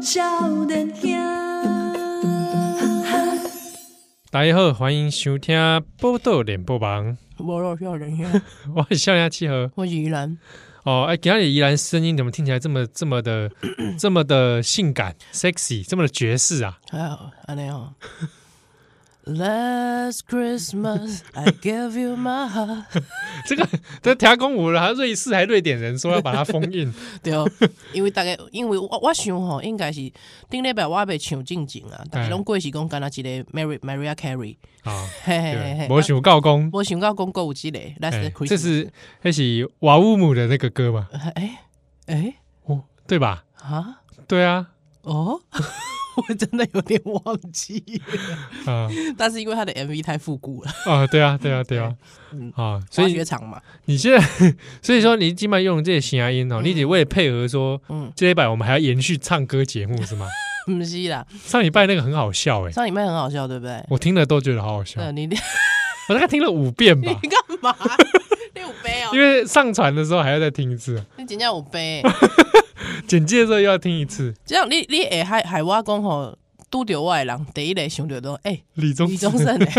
少年兄。 大家好，欢迎收听《报道联播网》。 我少年兄， 我是少年七和。 我是宜兰。 哦，哎，今天宜兰声音怎么听起来这么的性感、sexy， 这么的爵士啊？ 还好，安尼哦。Last Christmas, I gave you my heart 这调公舞了，好像瑞士还瑞典人说要把它封印。 对，因为我想吼，应该是顶礼拜我还袂唱正经啊，大家拢过是讲干那一个 Mariah Carey 啊， 嘿嘿嘿， 没想到讲， 我想到讲过有一个 Last Christmas， 这是瓦乌姆的那个歌嘛？哦，对吧？ 啊， 对啊， 哦。我真的有点忘记了啊， 但是因为他的 MV 太复古了啊，对啊，啊，所以滑雪场嘛， 你现在所以说你今晚用这些声音哦，你得为了配合说，这一拜我们还要延续唱歌节目是吗？ 不是啦， 上礼拜那个很好笑上礼拜很好笑，对不对？ 我听了都觉得好好笑， 你我大概听了5遍吧。 你干嘛？你有背哦？ 因为上传的时候还要再听一次， 你真正有背。 简介的时候又要听一次， 这样你会害我讲吼，拄着我的人第一个想到都李宗盛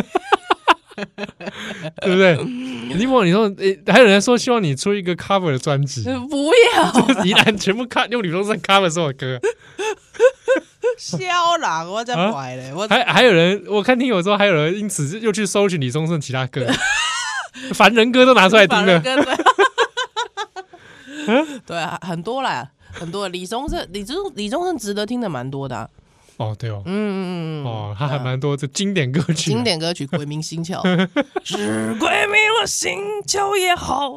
对不对？你说还有人说希望你出一个 cover 的专辑， 不要， 就是宜兰全部用李宗盛 cover 所有歌， 笑人我才坏嘞！ 还有人我看听友说还有人因此又去搜寻李宗盛其他歌，凡人歌都拿出来听了， 对啊，很多啦。很多李宗盛值得听的蛮多的啊。 哦，对哦，他还蛮多这经典歌曲， 鬼迷心窍，是鬼迷了心窍也好。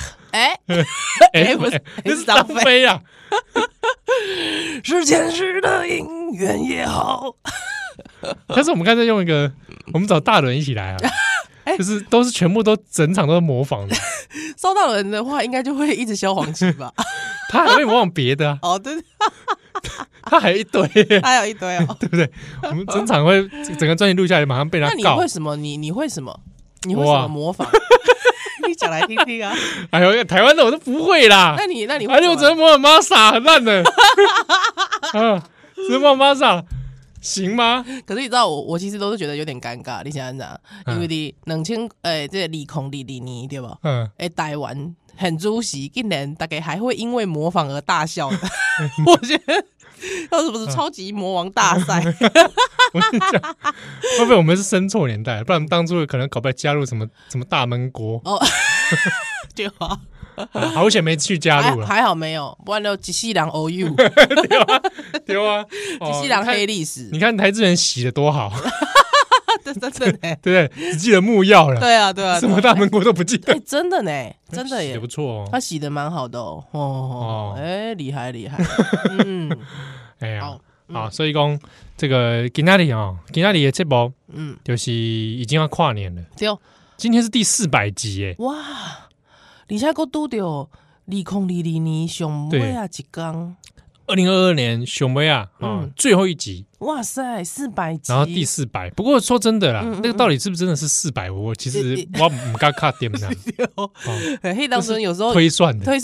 不是， 那是张飞啊， 是前世的姻缘也好。 但是我们刚才用一个，我们找大伦一起来啊。就是都是全部都整场都是模仿的， 烧到人的话，应该就会一直消黄气吧？ 他还会模仿别的啊？ 哦，对， 他还有一堆， 还有一堆哦， 对不对？我们整场会整个专辑录下来，马上被他告。 那你会什么？你会什么？你会什么模仿？你讲来听听啊！ 哎呦，台湾的我都不会啦。 那你而且我只能模仿玛莎，很烂的。只能模仿玛莎。行吗？ 可是你知道我其实都是觉得有点尴尬，你想想，因为你2000这2022年对吧？台湾很主席竟然大概还会因为模仿而大笑的，我觉得要是不是超级魔王大赛？ 我跟你讲，会不会我们是生错年代？不然当初可能搞不好加入什么大闷锅哦， 对啊。 好险没去加入了， 还好没有，不然就一世人 OU 对啊， 一世人黑历史。 你看台资源洗的多好， 真的呢， 对不对？只记得木曜了， 对啊， 什么大闷锅都不记得， 真的呢，真的耶， 也不错哦， 他洗的蛮好的哦，厉害， 哎呀，好，所以讲这个今天的节目，就是已经要跨年了， 对， 今天是第400集耶， 哇！而且还拄到2022年上尾啊一天 ，2022年上尾啊，最后一集， 哇塞，400集， 然后第400。不过说真的啦，那个到底是不是真的是400？我其实我唔敢卡点的， 黑当中有时候推算的，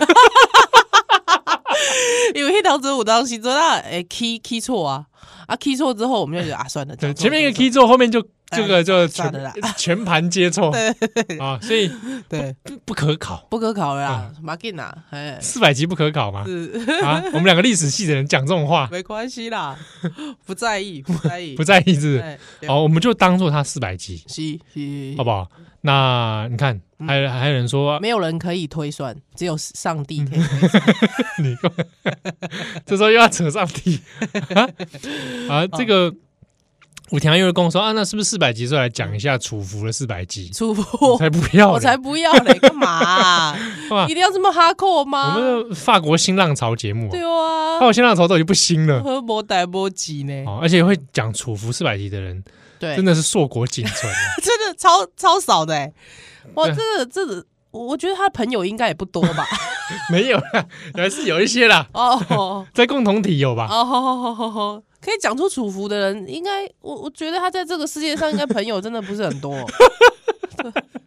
因为黑当中有当时做到key 错啊，key 错之后我们就觉得啊算了， 对，前面一个 key 错，后面就。这个就全盘接错，对啊，所以对不可考了啦，马紧啦 ，400集不可考嘛？啊，我们2个历史系的人讲这种话， 没关系啦，不在意， 不在意是，哦，我们就当做他400集， 是， 好不好？那你看，还有人说， 没有人可以推算，只有上帝可以推算。 你这时候又要扯上帝啊，这个。我听又跟我说啊，那是不是400集时候来讲一下楚服的400集？ 楚服我才不要， 我才不要嘞！干嘛？一定要这么哈扣吗？ 我们的法国新浪潮节目， 对啊， 法国新浪潮都已经不新了， 没代没集呢。 而且会讲楚服400集的人，对，真的是硕果仅存， 真的超少的哎！哇，这个，我觉得他的朋友应该也不多吧？ 没有啦，还是有一些啦。哦，在共同体有吧？ 哦，可以讲出楚服的人，应该我觉得他在这个世界上应该朋友真的不是很多。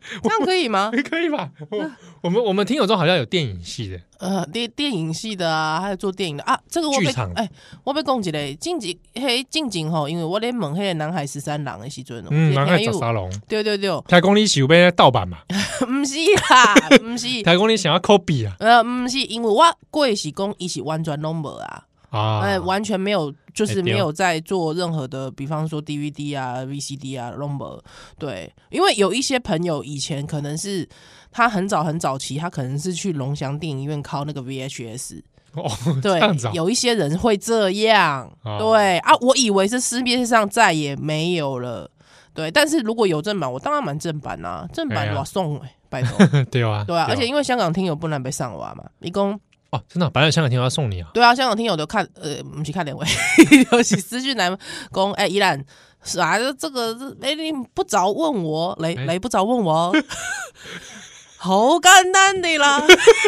这样可以吗？ 可以吧？我们听友中好像有电影系的， 电影系的啊，还有做电影的啊。这个我剧场我要讲一个近景吼，因为我咧问迄个南海13郎的时阵， 南海13郎， 对， 台公你想要盗版嘛？ 不是啦，不是。 台公你想要 copy 啊？ 不是，因为我过是讲伊是完全拢无啊。完全没有，就是没有在做任何的，比方说 DVD 啊、VCD 啊，拢无。对，因为有一些朋友以前可能是他很早期，他可能是去龙翔电影院拷那个 VHS。对，有一些人会这样。对啊，我以为是市面上再也没有了。对，但是如果有正版，我当然买正版啊，正版我送拜托。 对啊， 而且因为香港听友不能被上网嘛，一共。 真的，本来香港听友要送你啊？ 对啊，香港听友都看，不是看两位，有是私讯来讲，依然是啊，这个，你不早问我，你不早问我，好简单的啦，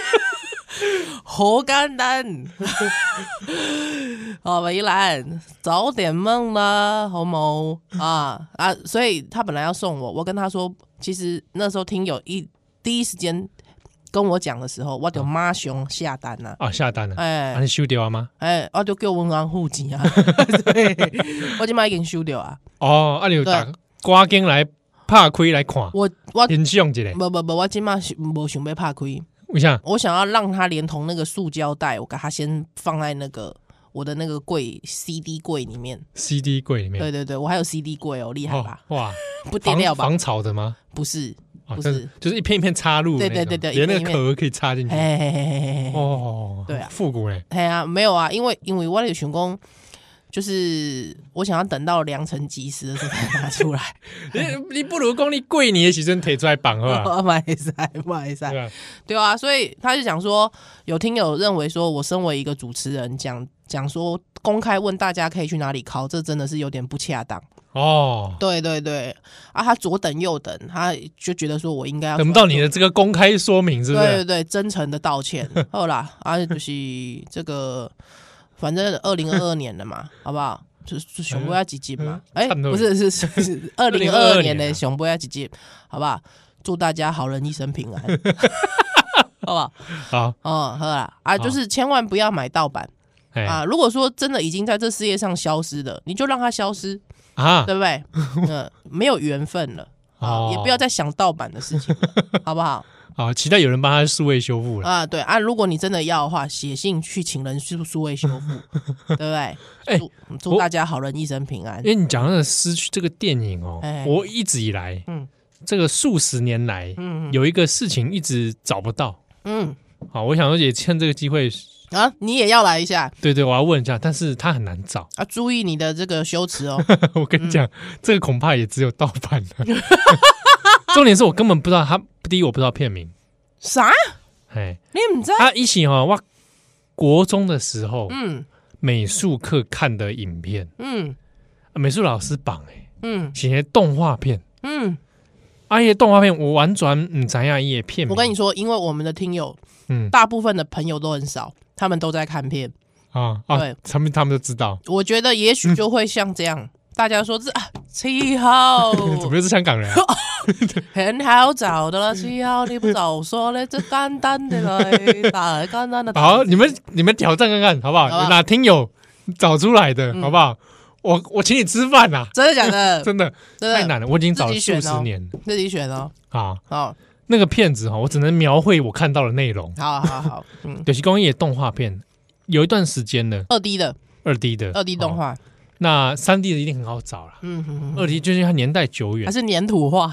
好简单，依然早点问啦，好冇啊？所以他本来要送我，我跟他说，其实那时候听友第一时间跟我讲的时候，我就马上下单了。 下单了。你收掉了吗？ 我就叫文安付钱啊。对，我今麦已经收掉啊。 你有打赶紧来拍开来看。我欣赏一下。 不，我今麦没想要拍开。 为啥？ 我想要让它连同那个塑胶袋，我给它先放在那个我的那个柜 CD 柜里面。 CD 柜里面。 对，我还有 CD 柜哦，厉害吧？ 哇， 不点料吧？ 防潮的吗？ 不是。不是，就是一片一片插入， 对， 连那个壳可以插进去。对啊，复古嘞。 没有啊，因为我有想讲，就是我想要等到良辰吉时的时候才拿出来。 你不如讲你过年的时阵提出来绑好吧？ 买赛，对啊，所以他就讲说，有听友认为说我身为一个主持人讲说公开问大家可以去哪里考，这真的是有点不恰当。对他左等右等，他就觉得说我应该要等不到你的这个公开说明，是不是？ 对，真诚的道歉。好啦，就是这个，反正2022年了嘛，好不好？就熊不要几集嘛？不是2022年的熊不要几集，好不好？祝大家好人一生平安，好不好？ 好， 好啦，就是千万不要买盗版啊！如果说真的已经在这世界上消失了，你就让它消失。对不对？没有缘分了，也不要再想盗版的事情了，好不好？ 好，期待有人帮他数位修复了对如果你真的要的话，写信去请人数位修复，对不对？祝大家好人一生平安。 因为你讲那个失去这个电影我一直以来，这个数十年来，有一个事情一直找不到，好，我想说也趁这个机会。 你也要来一下？ 对，我要问一下，但是他很难找注意你的这个修辞哦。 我跟你讲，这个恐怕也只有盗版了。重点是我根本不知道他，第一我不知道片名啥，你不知道？ 他一起我国中的时候，美术课看的影片，美术老师绑写动画片，动画片我完全怎样也片名。 我跟你说，因为我们的听友，大部分的朋友都很少。他们都在看片对，他们都知道。 我觉得也许就会像这样，大家说7号怎么又是香港人很好找的了，7号你不早说嘞，这简单的嘞，打简单的。 好，你们挑战看看好不好？有哪听友找出来的好不好？我请你吃饭啊！ 真的假的？ 真的太难了，我已经找了数十年， 自己选哦。 好。那个片子我只能描绘我看到的内容。 好， 就是工业动画片，有一段时间了 ，2D 动画， 那3D 的一定很好找了。2D 就是它年代久远， 还是粘土画？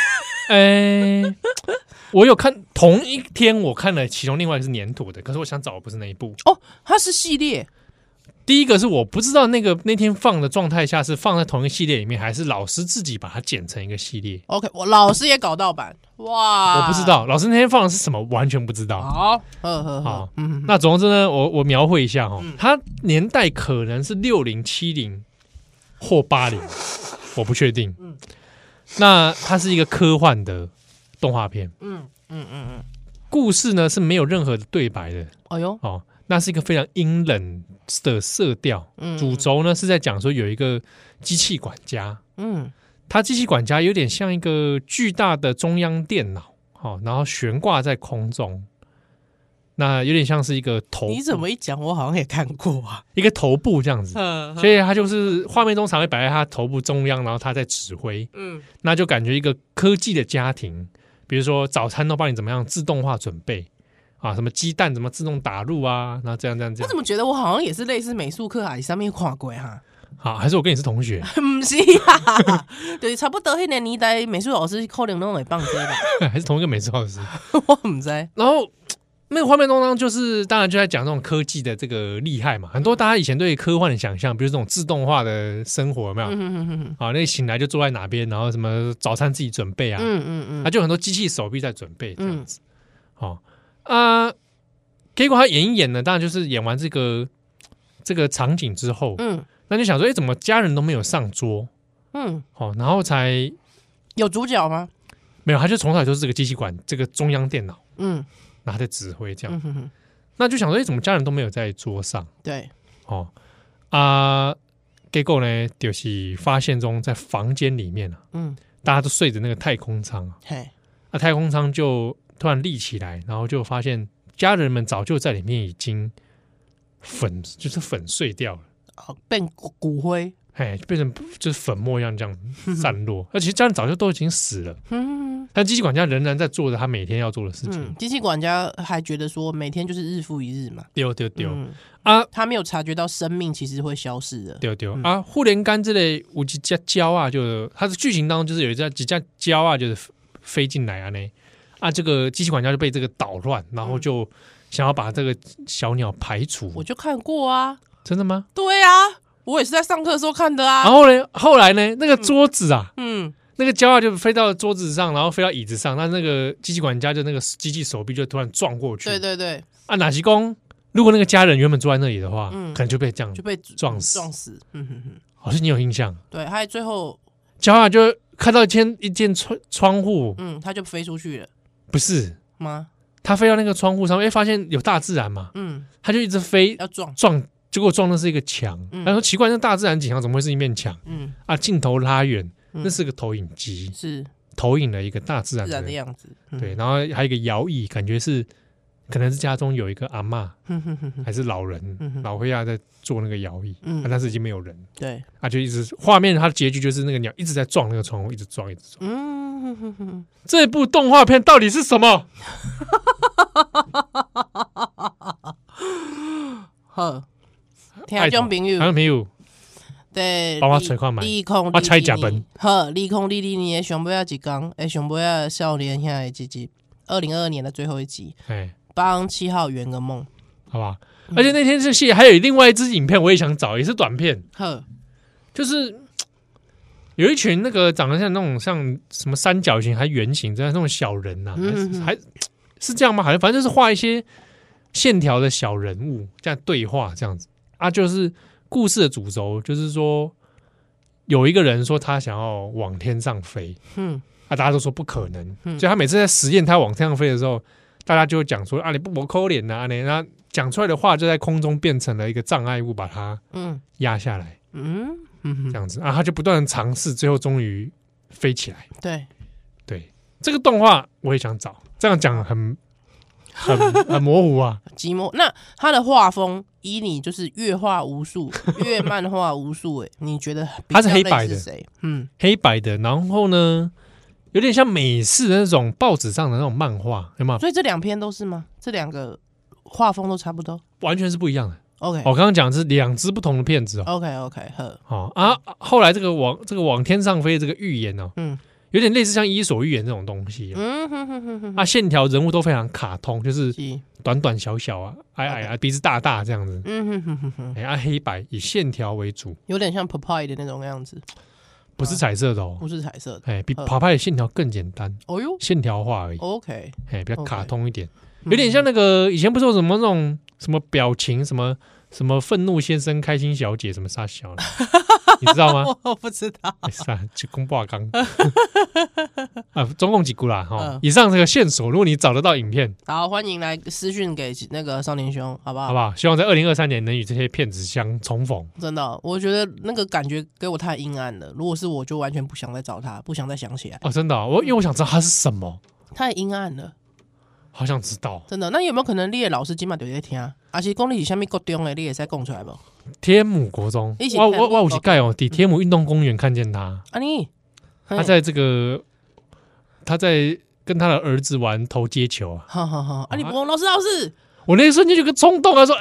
我有看同一天，我看了其中另外一个是粘土的，可是我想找的不是那一部它是系列。 第一个是我不知道那天放的状态下是放在同一个系列里面，还是老师自己把它剪成一个系列。 OK， 我老师也搞盗版，哇！ 我不知道老师那天放的是什么，完全不知道。 好， 那总之呢，我描绘一下它年代可能是60、70或80，我不确定。那它是一个科幻的动画片。故事呢是没有任何的对白的。那是一个非常阴冷的色调，主轴呢是在讲说有一个机器管家， 它机器管家有点像一个巨大的中央电脑，然后悬挂在空中，那有点像是一个头部。 你怎么一讲，我好像也看过啊， 一个头部这样子，所以它就是画面中常会摆在它头部中央，然后它在指挥，那就感觉一个科技的家庭，比如说早餐都帮你怎么样自动化准备啊，什么鸡蛋怎么自动打入啊，然后这样。 我怎么觉得我好像也是类似美术课还上面看过哈？ 好，还是我跟你是同学？ 不是啊，对，差不多那个年代美术老师可能都会放这吧， 还是同一个美术老师？ 我不知道。 然后那个画面中就是当然就在讲这种科技的这个厉害嘛，很多大家以前对科幻的想象，比如这种自动化的生活有没有？啊，那醒来就坐在哪边，然后什么早餐自己准备啊，他就很多机器手臂在准备这样子，结果他演一演呢，当然就是演完这个场景之后，那就想说，怎么家人都没有上桌？然后才有主角吗？ 没有，他就从小就是这个机器馆，这个中央电脑，然后他在指挥这样，那就想说，怎么家人都没有在桌上？ 对， 结果呢，就是发现中在房间里面大家都睡着那个太空舱，太空舱就突然立起来，然后就发现家人们早就在里面已经粉碎掉了。 变骨灰， 变成就是粉末一样这样散落，而且家人早就都已经死了，但机器管家仍然在做着他每天要做的事情。 机器管家还觉得说每天就是日复一日嘛， 丢他没有察觉到生命其实会消失的， 丢互联杆这类有几架胶啊，就它的剧情当中就是有几架胶啊，就是飞进来啊，这个机器管家就被这个捣乱，然后就想要把这个小鸟排除。 我就看过啊。 真的吗？ 对啊，我也是在上课的时候看的啊。 然后来呢，那个桌子啊，那个胶啊就飞到桌子上，然后飞到椅子上，那个机器管家就那个机器手臂就突然撞过去。 对。 哪西公，如果那个家人原本坐在那里的话，可能就被撞死。好像你有印象。对， 还最后胶啊就看到一件窗户， 他就飞出去了。 不是吗？ 他飞到那个窗户上面，发现有大自然嘛，他就一直飞要撞。 结果撞的是一个墙，然后奇怪，那大自然景象怎么会是一面墙？镜头拉远，那是个投影机， 是投影了一个大自然的样子。 对，然后还有一个摇椅，感觉可能是家中有一个阿嬷还是老人，老灰亚在做那个摇椅，但是已经没有人。 对， 就一直画面，它的结局就是那个鸟一直在撞那个窗户，一直撞。这部动画片到底是什么？ 好。听众朋友，对， 帮我找看买，我猜假本。 好，2022年上尾一讲，上尾少年兄的这集，2022年的最后一集，帮7号圆个梦， 好吧？而且那天这戏还有另外一支影片，我也想找，也是短片，就是有一群那个长得像那种像什么三角形还圆形这样那种小人呐，还是这样吗？好像反正就是画一些线条的小人物，这样对话这样子。就是故事的主轴，就是说有一个人说他想要往天上飞，大家都说不可能，所以他每次在实验他往天上飞的时候，大家就会讲说你不可怜啊，然后讲出来的话就在空中变成了一个障碍物，把它压下来，这样子他就不断的尝试，最后终于飞起来。对，这个动画我也想找，这样讲很模糊啊， 寂寞。那他的画风，以你就是越画无数，越漫画无数，你觉得他是黑白的？黑白的。然后呢，有点像美式的那种报纸上的那种漫画，有没有？ 所以这两篇都是吗？这两个画风都差不多， 完全是不一样的。 OK， 我刚刚讲的是2支不同的片子 OK， 后来这个往天上飞的这个预言有点类似像伊索寓言这种东西，线条人物都非常卡通，就是短短小小矮鼻子大大这样子，黑白以线条为主， 有点像 Popeye 的那种样子， 不是彩色的不是彩色的， 比 Popeye 的线条更简单，线条化而已 ，OK， 比较卡通一点，有点像那个以前不是有什么那种什么表情什么愤怒先生、开心小姐什么啥小的，你知道吗？ 我不知道， 就公报刚中共几股啦哈。以上这个线索，如果你找得到影片， 好，欢迎来私讯给那个少年兄，好不好？ 好不好？希望在2023年能与这些骗子相重逢。 真的，我觉得那个感觉给我太阴暗了。如果是我，就完全不想再找他，不想再想起来。 哦，真的，因为我想知道他是什么， 太阴暗了， 好想知道。 真的，那有没有可能你的老师今晚就在听？而且讲你是什么国中的，你也在讲出来不？ 天母国中，我有去盖哦，在天母运动公园看见他。 啊你， 他在这个，他在跟他的儿子玩投接球啊。 好好好，啊你不老师， 我那一瞬间就个冲动啊，说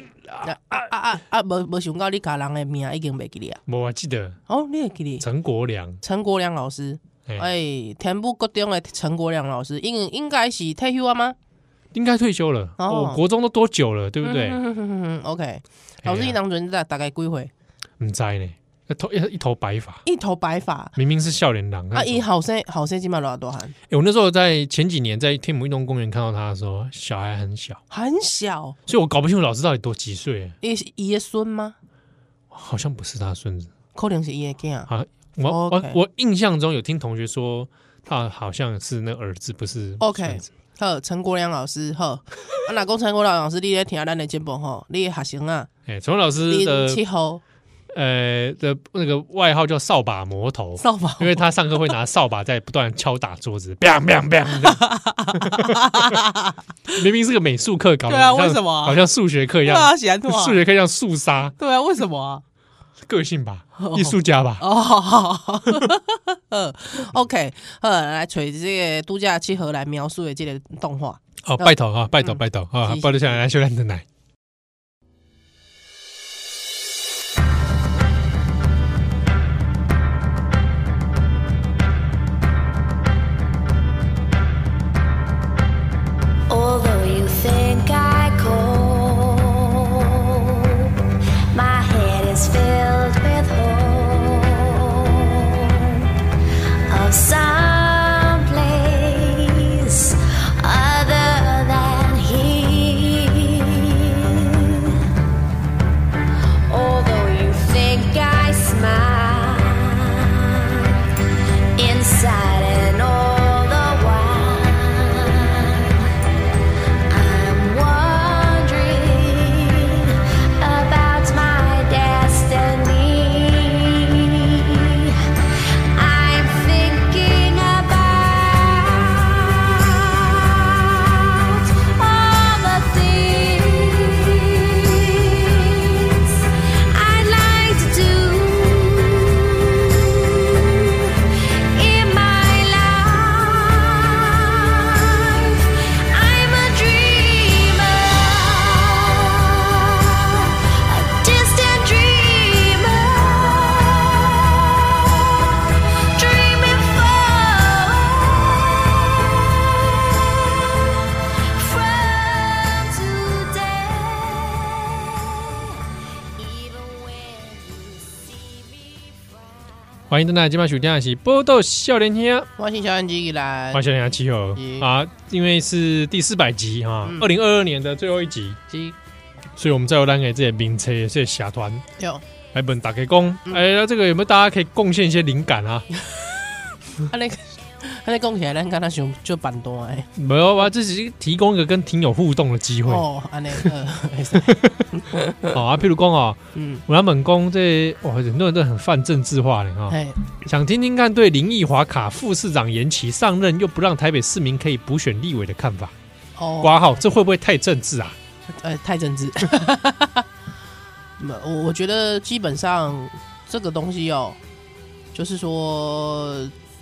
没想到你家人的名已经没记得啊。 我记得哦，你也记得陈国良老师。天母国中的陈国良老师应该是退休了吗？ 应该退休了。我国中都多久了，对不对 ？OK， 老师一当阵大概几岁？ 不知道呢，一头白发，明明是少年郎啊！伊后生今晚多大汉？ 我那时候在前几年在天母运动公园看到他的时候，小孩很小，所以我搞不清楚老师到底几岁。 伊的孙吗？ 好像不是他孙子， 可能是伊的囝啊。 我印象中有听同学说，他好像是那儿子，不是孙子。 好，陈国良老师好。那讲陈国良老师，你在听咱的节目吼，你的学生啊， 陈国老师的 7号， 的那个外号叫扫把魔头，因为他上课会拿扫把在不断敲打桌子，bang bang bang。明明是个美术课，搞对啊，为什么？ 好像数学课一样，数学课像肃杀， 对啊，为什么啊？ 个性吧，艺术家吧。 好，OK， 来找这个度假契合来描述的这个动画。 好，拜托啊，拜托啊，拜托下来修咱的奶。欢迎大家今晚收听的是《报道少年兄》， 我是小年机来， 我是少年兄7号啊，因为是第400集哈，2022年的最后一集，所以我们再有咱给这些名车、这些社团有来问大家讲，那这个有没有大家可以贡献一些灵感啊？ 那讲起来，咱刚才想就板多哎， 没有吧？这只是提供一个跟听友互动的机会哦。安尼， 好啊，譬如讲啊，我来问讲这很多人都很泛政治化的哈，想听听看对林奕华卡副市长延期上任又不让台北市民可以补选立委的看法。哦，括号这会不会太政治啊？ 太政治。我觉得基本上这个东西哦，就是说。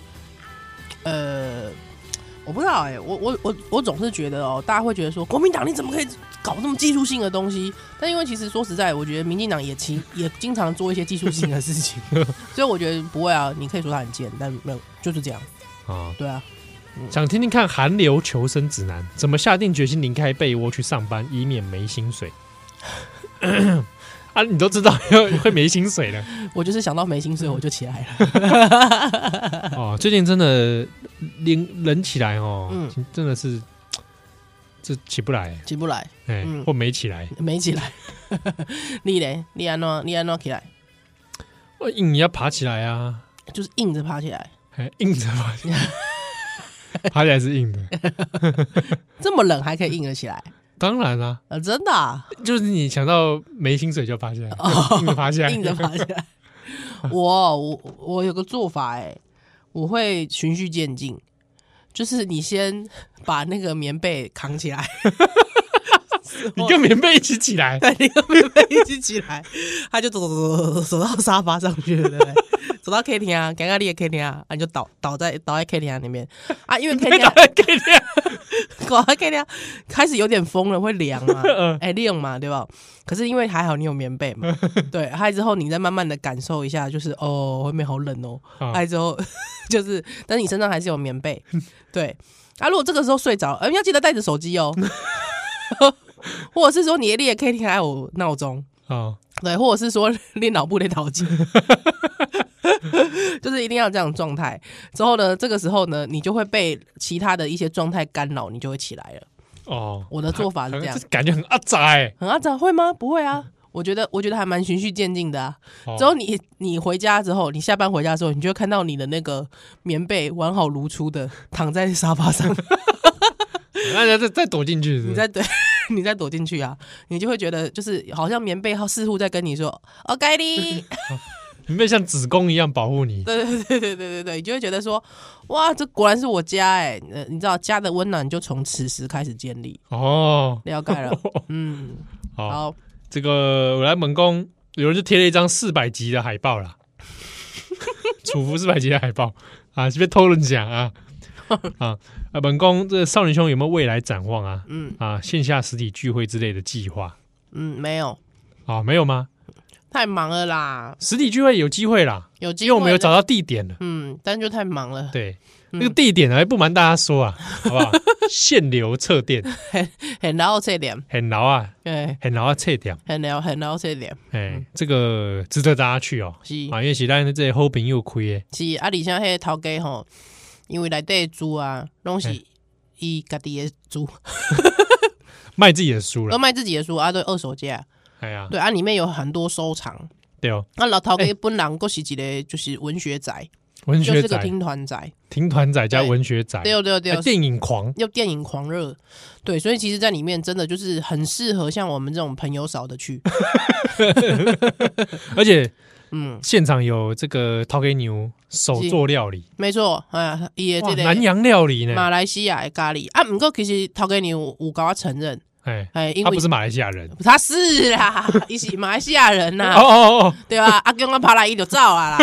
我不知道我总是觉得哦，大家会觉得说国民党你怎么可以搞这么技术性的东西？但因为其实说实在，我觉得民进党也经常做一些技术性的事情，所以我觉得不会啊。你可以说他很贱，但没有就是这样啊。对啊， 想听听看韩流求生指南，怎么下定决心离开被窝去上班，以免没薪水。啊，你都知道会没薪水了。 我就是想到没薪水我就起来了。 哦，最近真的冷起来哦，真的是这起不来，或没起来， 你嘞？你安怎起来？ 我硬要爬起来啊， 就是硬着爬起来， 硬着爬起来。 爬起来是硬的。 这么冷还可以硬得起来？ 当然啦， 真的啊， 就是你想到没薪水就爬起来，硬着爬起来， 硬着爬起来。我有个做法我会循序渐进，就是你先把那个棉被扛起来。 你跟棉被一起起来， 对，你跟棉被一起起来，他就走到沙发上去了，对不对？走到客厅啊，刚刚你的客厅啊，你就倒在客厅里面啊，因为客厅倒在客厅， 倒在客厅开始有点风了，会凉嘛，凉嘛，对吧？可是因为还好你有棉被嘛，对，还之后你再慢慢的感受一下，就是外面好冷哦，还之后就是，但是你身上还是有棉被，对啊，如果这个时候睡着，你要记得带着手机哦。或者是说你的 K T 还有闹钟对，或者是说你脑部的陶机，就是一定要这样的状态。之后呢，这个时候呢，你就会被其他的一些状态干扰，你就会起来了。我的做法是这样， 感觉很阿杂很阿杂会吗？不会啊，我觉得还蛮循序渐进的啊。之后你回家之后，你下班回家之后，你就会看到你的那个棉被完好如初的躺在沙发上。 那再躲进去是不是， 你再躲进去啊，你就会觉得就是好像棉被似乎在跟你说该你棉被像子宫一样保护你。 对，你就会觉得说哇，这果然是我家你知道家的温暖就从此时开始建立了解了。好， 这个我来猛攻，有人就贴了一张400集的海报啦，楚服400集的海报啊，这边偷人讲啊。本宫这少年兄有没有未来展望啊？线下实体聚会之类的计划？ 没有。 没有吗？ 太忙了啦。 实体聚会有机会啦， 有机会， 因为我们有找到地点了。 但就太忙了。 对，那个地点不瞒大家说啊，好不好？限流测店， 很老测点， 很老啊，很老啊测点， 很老测点。 这个值得大家去哦。是因为是咱这些好朋友开的。 是而且那些头家吼。因为内底的猪啊，拢是伊家己的猪， 卖自己的书了， 都卖自己的书啊，对，二手价。对啊，里面有很多收藏。 对哦， 老头家本人佫是一个就是文学宅，就是个听团宅， 听团仔加文学宅， 对， 电影狂， 又电影狂热，对，所以其实在里面真的就是很适合像我们这种朋友少的去， 而且。现场有这个陶给牛手做料理， 没错， 这个南洋料理呢， 马来西亚的咖喱啊，不过其实陶给牛有跟我承认， 因为他不是马来西亚人， 他是啦，他是马来西亚人呐，对吧？阿公爬来伊就走啊啦，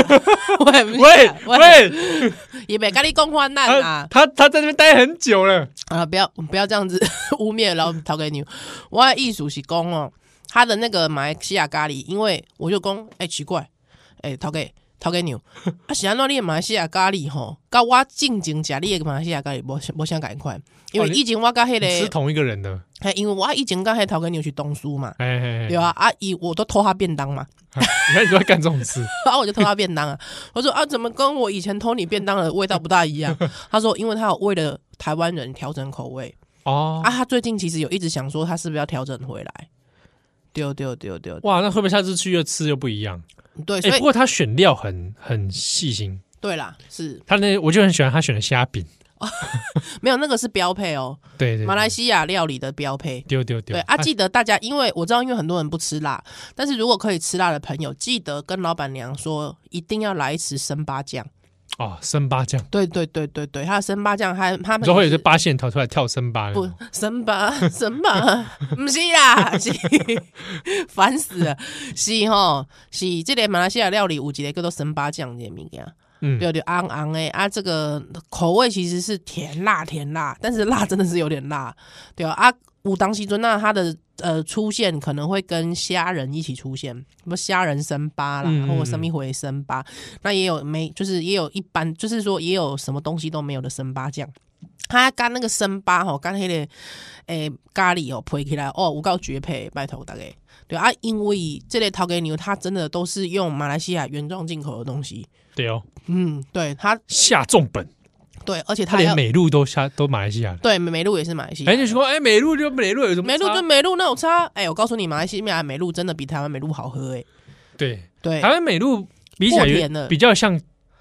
喂，也没跟你讲患难啊， 他在那边待很久了啊，不要这样子污蔑老陶给牛，我的意思是讲他的那个马来西亚咖喱，因为我就讲奇怪。头家牛是安怎你的马来西亚咖喱吼，跟我正经吃你的马来西亚咖喱无相共款，因为以前我跟迄个是同一个人的， 因为我以前跟迄头家牛去东苏嘛，对吧？我都偷他便当嘛， 你看你都在干这种事， 我就偷他便当啊。我说怎么跟我以前偷你便当的味道不大一样？他说因为他有为了台湾人调整口味他最近其实有一直想说他是不是要调整回来。对， 哇，那会不会下次去又吃又不一样？ 对，所以不过他选料很细心。 对啦，是他我就很喜欢他选的虾饼。 没有那个是标配哦。 对， 马来西亚料理的标配。 对。 对啊，记得大家，因为我知道，因为很多人不吃辣，但是如果可以吃辣的朋友，记得跟老板娘说，一定要来一匙生八酱。 生八酱。 对，他的生八酱，他们就会有些八线头出来跳生八。 不，生八，不是啦，是烦死了，是这个马来西亚料理有一个叫做生八酱的物件。对，昂的这个口味其实是甜辣，但是辣真的是有点辣，对有当时阵它的出现可能会跟虾仁一起出现，什么虾仁生八啦，或者什么回生八，那也有就是也有一般，就是说也有什么东西都没有的生八酱。它干那个生八干那个咖喱配起来有够绝配，拜托大家。对因为这类陶给牛它真的都是用马来西亚原装进口的东西。 对对，它下重本。 对，而且他连美露都马来西亚的。 对，美露也是马来西亚。 你说美露就美露有什么差？ 美露就美露那有差。我告诉你，马来西亚美露真的比台湾美露好喝。 对，台湾美露比起来比较像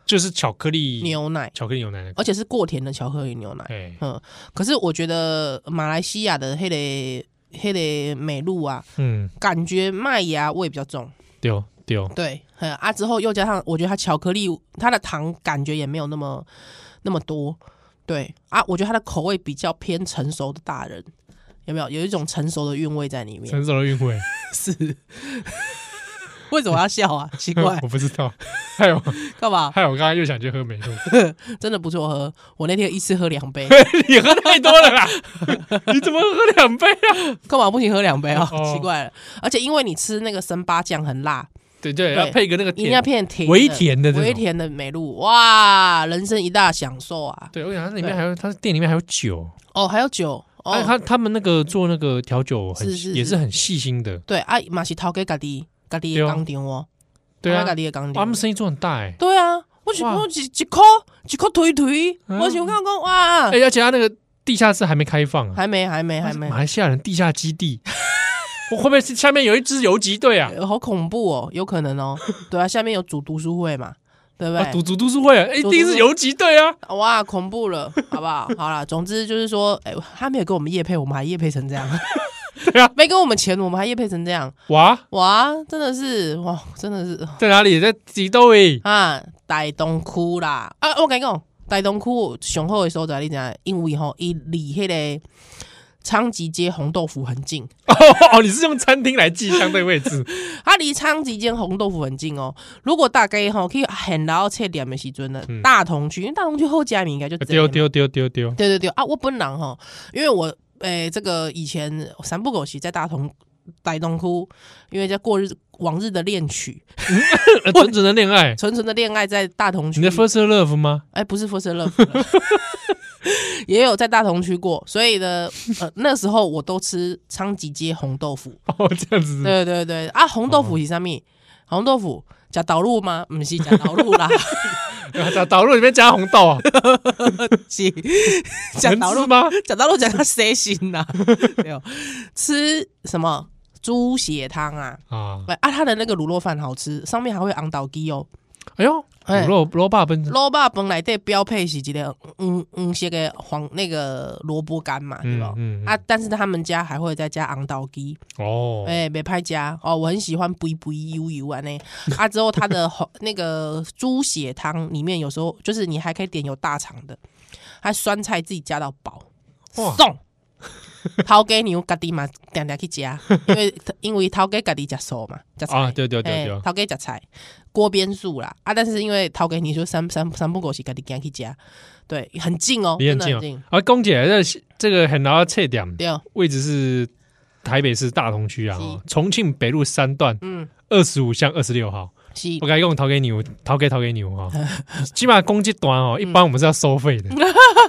就是巧克力牛奶， 巧克力牛奶， 而且是过甜的巧克力牛奶。可是我觉得马来西亚的黑的美露啊，感觉麦芽味比较重。对，之后又加上我觉得它巧克力它的糖感觉也没有那么多。对啊，我觉得它的口味比较偏成熟的大人，有没有一种成熟的韵味在里面？ 成熟的韵味是。为什么要笑啊？奇怪， 我不知道。还有干嘛？ 还有，我刚刚又想去喝美露， 真的不错喝。我那天一次喝2杯， 你喝太多了啦！你怎么喝2杯啊？ 干嘛不行喝2杯啊？奇怪了。而且因为你吃那个生八酱很辣， 对，要配个那个一定要配甜微甜的美露，哇，人生一大享受啊！ 对，我想它里面还有，它店里面还有酒还有酒。 他们那个做那个调酒也是很细心的。 对啊，嘛是掏给家己的工厂哦。 对啊， 家己的工厂， 他们生意做很大对啊，我一块推，我想看讲哇， 而且他那个地下室还没开放啊， 还没。 马来西亚人地下基地，会不会下面有一支游击队啊？ 好恐怖哦，有可能哦。对啊，下面有组读书会嘛，对不对？ 组读书会啊，一定是游击队啊！ 哇，恐怖了，好不好？好啦，总之就是说，他没有给我们业配，我们还业配成这样。 对啊， 没给我们钱，我们还业配成这样。哇，真的是哇，真的是在哪里？在几度啊？大东区啦！我跟你讲，大东区上好的所在，你知道？因为伊离迄个昌吉街红豆腐很近。 你是用餐厅来记相对位置？ 它离昌吉街红豆腐很近哦。如果大概去很老切店的时阵呢，大同区，因为大同区后加名应该就丢。 对啊！我本人因为我这个以前三不狗席在大东区，因为在过往日的恋曲， 纯纯的恋爱， 纯纯的恋爱在大同区。 你的 first love 吗？ 不是 first love 也有在大同区过，所以呢，那时候我都吃昌吉街红豆腐。 这样子。 对啊，红豆腐是什么？红豆腐加导入吗？不是加导入啦。 导入里面加红豆啊？ 是加导入吗？ 加导入加它谁心呐？没有吃什么猪血汤啊？它的那个卤肉饭好吃，上面还会昂倒鸡哦。 哎呦，卤肉霸本内底标配是一个些个黄那个萝卜干嘛，对吧？但是他们家还会再加昂倒鸡没派加我很喜欢肥肥油油啊那之后它的那个猪血汤里面有时候就是你还可以点有大肠的，它酸菜自己加到饱，送。头家牛家己嘛定定去吃，因为头家家己吃素嘛，吃菜对， 头家吃菜锅边素啦但是因为头家你说三不狗是家己行去吃，对，很近哦，真的很近。 公姐这个很老切点， 对， 位置是台北市大同区啊，重庆北路3段25巷26号。我该用掏给牛基本上攻击端一般我们是要收费的，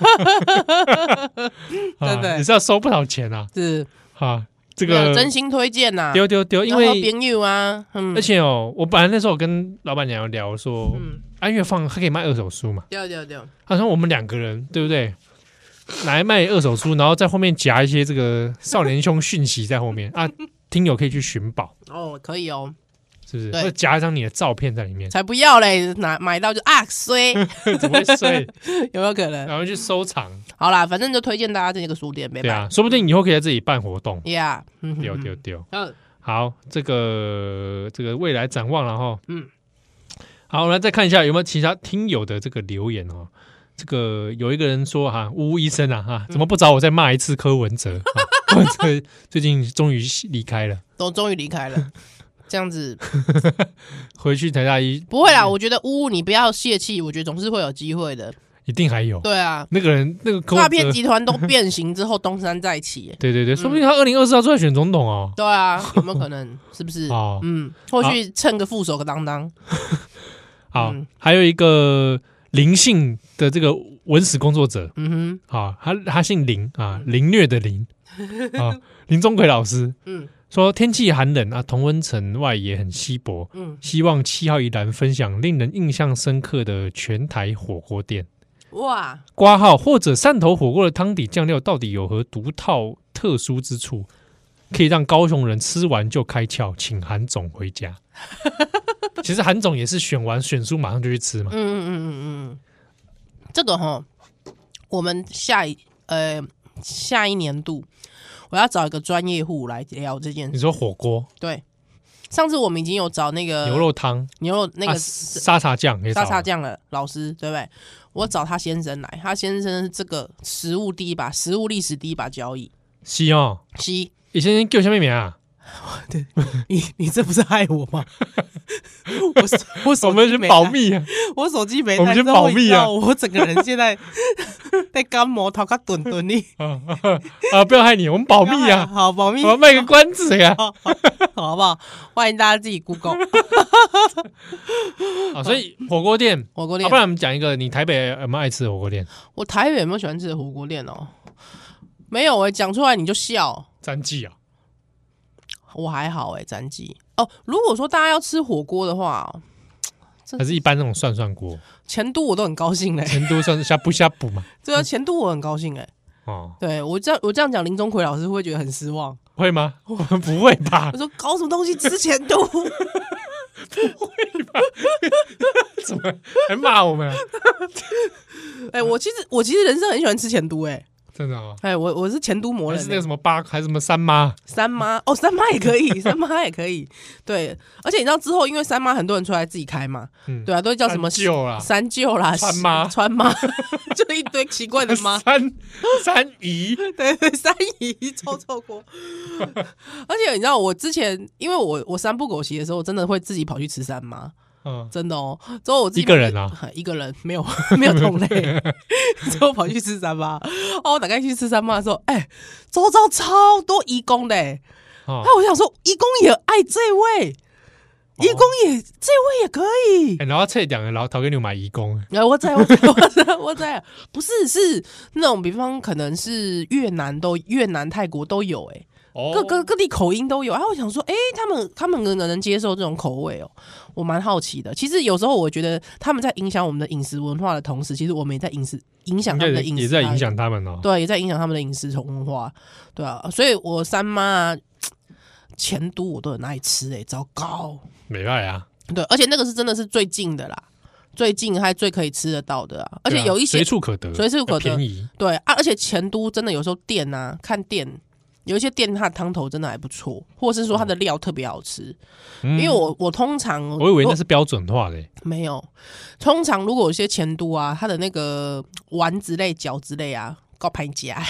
真的也是要收不少钱啊。 是这个真心推荐呐， 丢，因为朋友啊， 而且我本来那时候跟老板娘聊说，安乐放他可以卖2手书嘛， 丢， 他说我们2个人对不对？来卖2手书，然后在后面夹一些这个少年兄讯息在后面听友可以去寻宝可以哦。 是不是？会夹一张你的照片在里面？ 才不要嘞！买到就衰， 怎么会衰？ 有没有可能？ 然后去收藏。 好啦，反正就推荐大家这个书店， 对啊，说不定以后可以在这里办活动。 Yeah， 丢。好，这个未来展望了哈。好，我们来再看一下有没有其他听友的这个留言哦。这个有一个人说吴医生怎么不找我再骂一次柯文哲？柯文哲最近终于离开了， 终于离开了。这样子回去台大医不会啦，我觉得你不要泄气，我觉得总是会有机会的， 一定还有。 对啊， 那个人那个诈骗集团都变形之后东山再起。 对，说不定他2024要出来选总统哦。 对啊，有没有可能？是不是？或许蹭个副手个当当。 好，还有一个林姓的这个文史工作者，他姓林凌虐的林林钟奎老师，说天气寒冷同温层外也很稀薄，希望7号宜兰分享令人印象深刻的全台火锅店。 哇， 括号或者汕头火锅的汤底酱料到底有何独套特殊之处，可以让高雄人吃完就开窍，请韩总回家。 其实韩总也是选完选书马上就去吃嘛。 这个齁，我们下一年度，我要找一个专业户来聊这件事。 你说火锅？ 对，上次我们已经有找那个牛肉汤、 牛肉那个沙茶酱的老师，对不对？我找他先生来，他先生是这个食物历史第一把交椅。 是哦， 是。 以前叫什么名啊？ 对，你这不是害我吗？ 我们先保密啊！ 我手机没带， 我们先保密啊！ 我整个人现在在感冒，头壳顿顿的。 不要害你，我们保密啊！ 好，保密。 我卖个关子呀， 好不好？欢迎大家自己 Google。 好，所以火锅店，不然我们讲一个，你台北有没有爱吃的火锅店？ 我台北有没有喜欢吃的火锅店哦？没有讲出来你就笑。 詹记啊。 我还好詹记哦。如果说大家要吃火锅的话， 还是一般那种涮涮锅， 前都我都很高兴嘞。 前都算是呷哺嘛？ 对啊，前都我很高兴哦，对我这样讲，林钟奎老师会觉得很失望。 会吗？不会吧？ 我说搞什么东西吃前都？ 不会吧？怎么还骂我们啊？ 我其实人生很喜欢吃前都真的啊！ 我是前都魔人， 还是那个什么还是什么三妈哦，三妈也可以，三妈也可以。对，而且你知道之后，因为三妈很多人出来自己开嘛，对啊，都叫什么三舅啦、川妈，就一堆奇怪的妈， 三姨， 对，三姨臭锅。而且你知道，我之前因为我三不狗席的时候，我真的会自己跑去吃三妈。真的哦，之后我自己一个人啊， 一个人没有同类，之后跑去吃三妈。我大概去吃三妈的时候，周遭超多义工的我想说，义工也爱这位，义工这位也可以。 然后这两个老头给你买义工， 我在，不是那种，比方可能是越南、泰国都有各地口音都有。然后我想说，他们能接受这种口味我蛮好奇的。其实有时候我觉得他们在影响我们的饮食文化的同时，其实我们也在影响他们的饮食， 也在影响他们对，也在影响他们的饮食文化，对啊。所以我三妈前都我都很爱吃糟糕， 没爱啊。 对，而且那个是真的是最近的啦。最近还最可以吃得到的而且有一些随处可得，便宜。 对而且前都真的有时候店看店。有一些店它的汤头真的还不错，或是说它的料特别好吃。因为我通常我以为那是标准化的没有。通常如果有些前都它的那个丸子类、饺子类够排夹。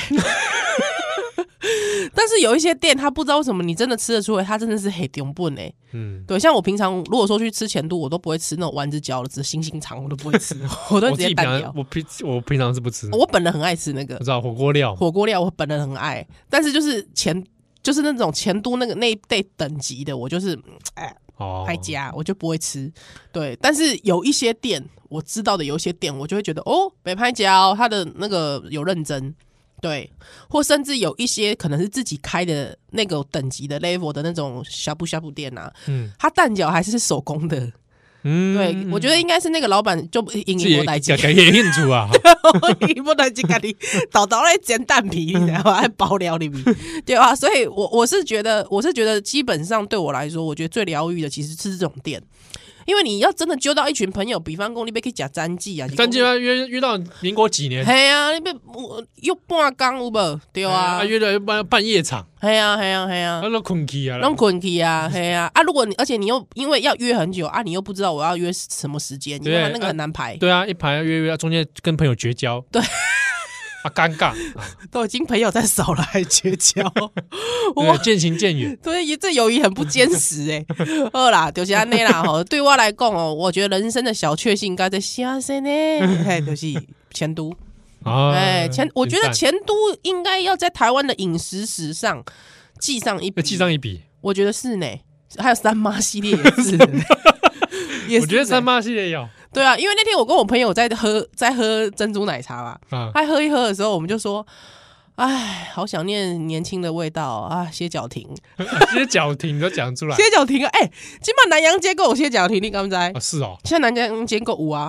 但是有一些店，他不知道为什么你真的吃得出来，他真的是黑中本对，像我平常如果说去吃前都，我都不会吃那种丸子饺子、星星肠，我都不会吃，我都直接单掉。 我平常是不吃， 我本人很爱吃那个， 我知道火锅料， 我本人很爱，但是就是那种前都那一类等级的，我就是拍加我就不会吃。对，但是有一些店我知道的，有一些店我就会觉得北拍加他的那个有认真。对，或甚至有一些可能是自己开的那个等级的 level 的那种呷哺店它蛋饺还是手工的。对，我觉得应该是那个老板就因为代志， 改业印主啊， 因为代志家己倒来煎蛋皮，然后还爆料里面，对吧？所以我是觉得基本上对我来说，我觉得最疗愈的其实是这种店。因为你要真的揪到一群朋友，比方说你要去吃詹记詹记约到民国几年？ 嘿啊，你又半工有无？对啊， 约了办夜场。 嘿啊， 都困去啊， 嘿啊。如果而且你又因为要约很久你又不知道我要约什么时间，因为那个很难排。 对啊，一排要约中间跟朋友绝交。 对。 尴尬， 都已经朋友在手了还绝交， 渐行渐远。 对，这友谊很不坚实好啦，就是这样啦对我来讲我觉得人生的小确幸应该在下生呢，就是前都。我觉得前都应该要在台湾的饮食史上记上一笔。我觉得是呢，还有三妈系列也是。 我觉得三妈系列要。 对啊，因为那天我跟我朋友在喝珍珠奶茶嘛，他喝一喝的时候，我们就说，好想念年轻的味道歇脚亭， 歇脚亭都讲出来， 歇脚亭今晚南洋街够有歇脚亭，你敢不知？ 是哦， 现在南洋街够有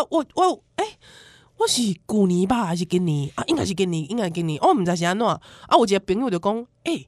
我是旧年吧还是今年应该是今年，我唔知是安怎有一个朋友就讲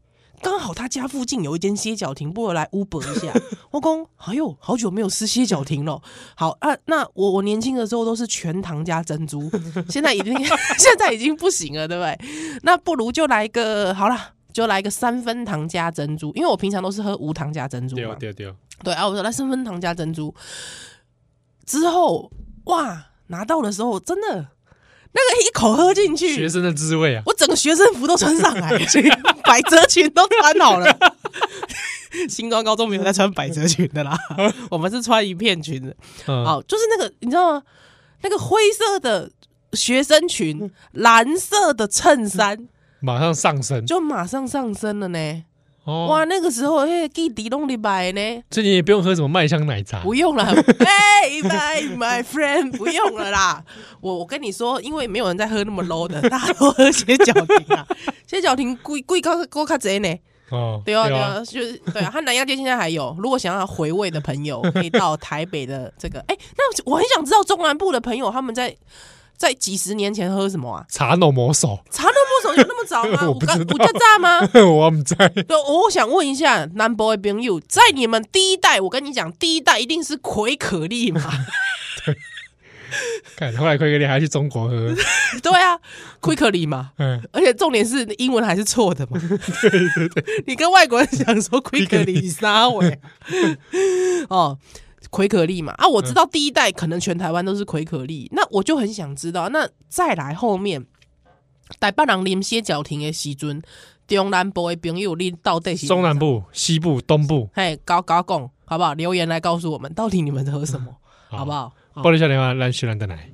刚好他家附近有一间歇脚亭，不如来 Uber 一下。我讲，哎呦，好久没有吃歇脚亭了。好啊，那我年轻的时候都是全糖加珍珠，现在已经不行了，对不对？那不如就来个好啦，就来个3分糖加珍珠，因为我平常都是喝无糖加珍珠嘛。对啊，我说来3分糖加珍珠。之后哇，拿到的时候真的那个一口喝进去， 学生的滋味啊！ 我整个学生服都穿上来，百褶裙都穿好了。新庄高中没有在穿百褶裙的啦，我们是穿一片裙的。好，就是那个你知道吗？那个灰色的学生裙，蓝色的衬衫， 马上上升， 就马上上升了呢。 哦， 哇，那个时候弟弟弄礼拜呢， 这你也不用喝什么麦香奶茶， 不用了。Hey my friend， 不用了啦。我跟你说，因为没有人在喝那么 low 的，大家都喝歇脚亭啊。歇脚亭贵高较济呢。哦，对啊，就是对啊。他南亚街现在还有，如果想要回味的朋友，可以到台北的这个。那我很想知道中南部的朋友他们在几十年前喝什么啊？ 茶农魔手， 茶农魔手有那么早吗？ 我不知道， 五家炸吗？ 我不知道。 对，我想问一下南部的朋友，在你们第一代，我跟你讲，第一代一定是葵可丽嘛？ 对，看后来葵可丽还去中国喝， 对啊，葵可丽嘛，而且重点是英文还是错的嘛？对，你跟外国人讲说葵可丽啥尾哦。葵可丽嘛，我知道第一代可能全台湾都是葵可丽，那我就很想知道，那再来后面台北人啉歇脚亭的时阵，中南部的朋友你到底是中南部、西部、东部， 嘿，搞讲好不好？留言来告诉我们，到底你们喝什么，好不好？ 玻璃少年话，咱学人的来。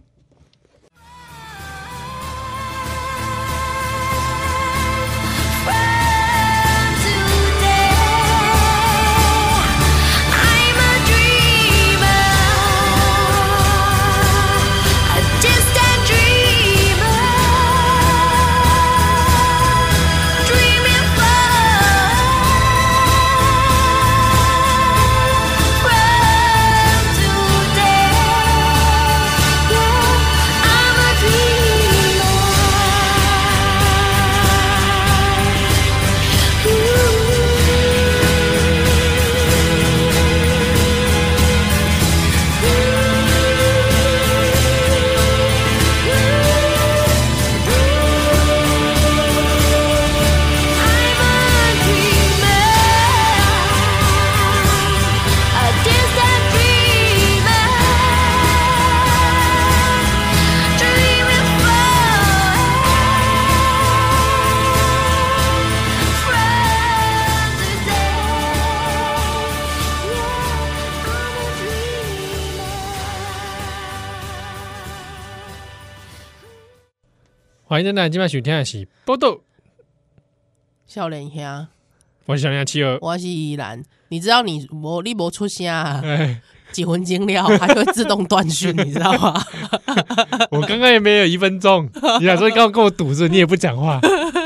欢迎回来，今晚收听的是报道少年兄， 我是少年七儿， 我是依兰。你知道你没出声啊？几分钟了还会自动断讯，你知道吗？ 我刚刚也没有1分钟，你想说刚刚跟我堵着，你也不讲话。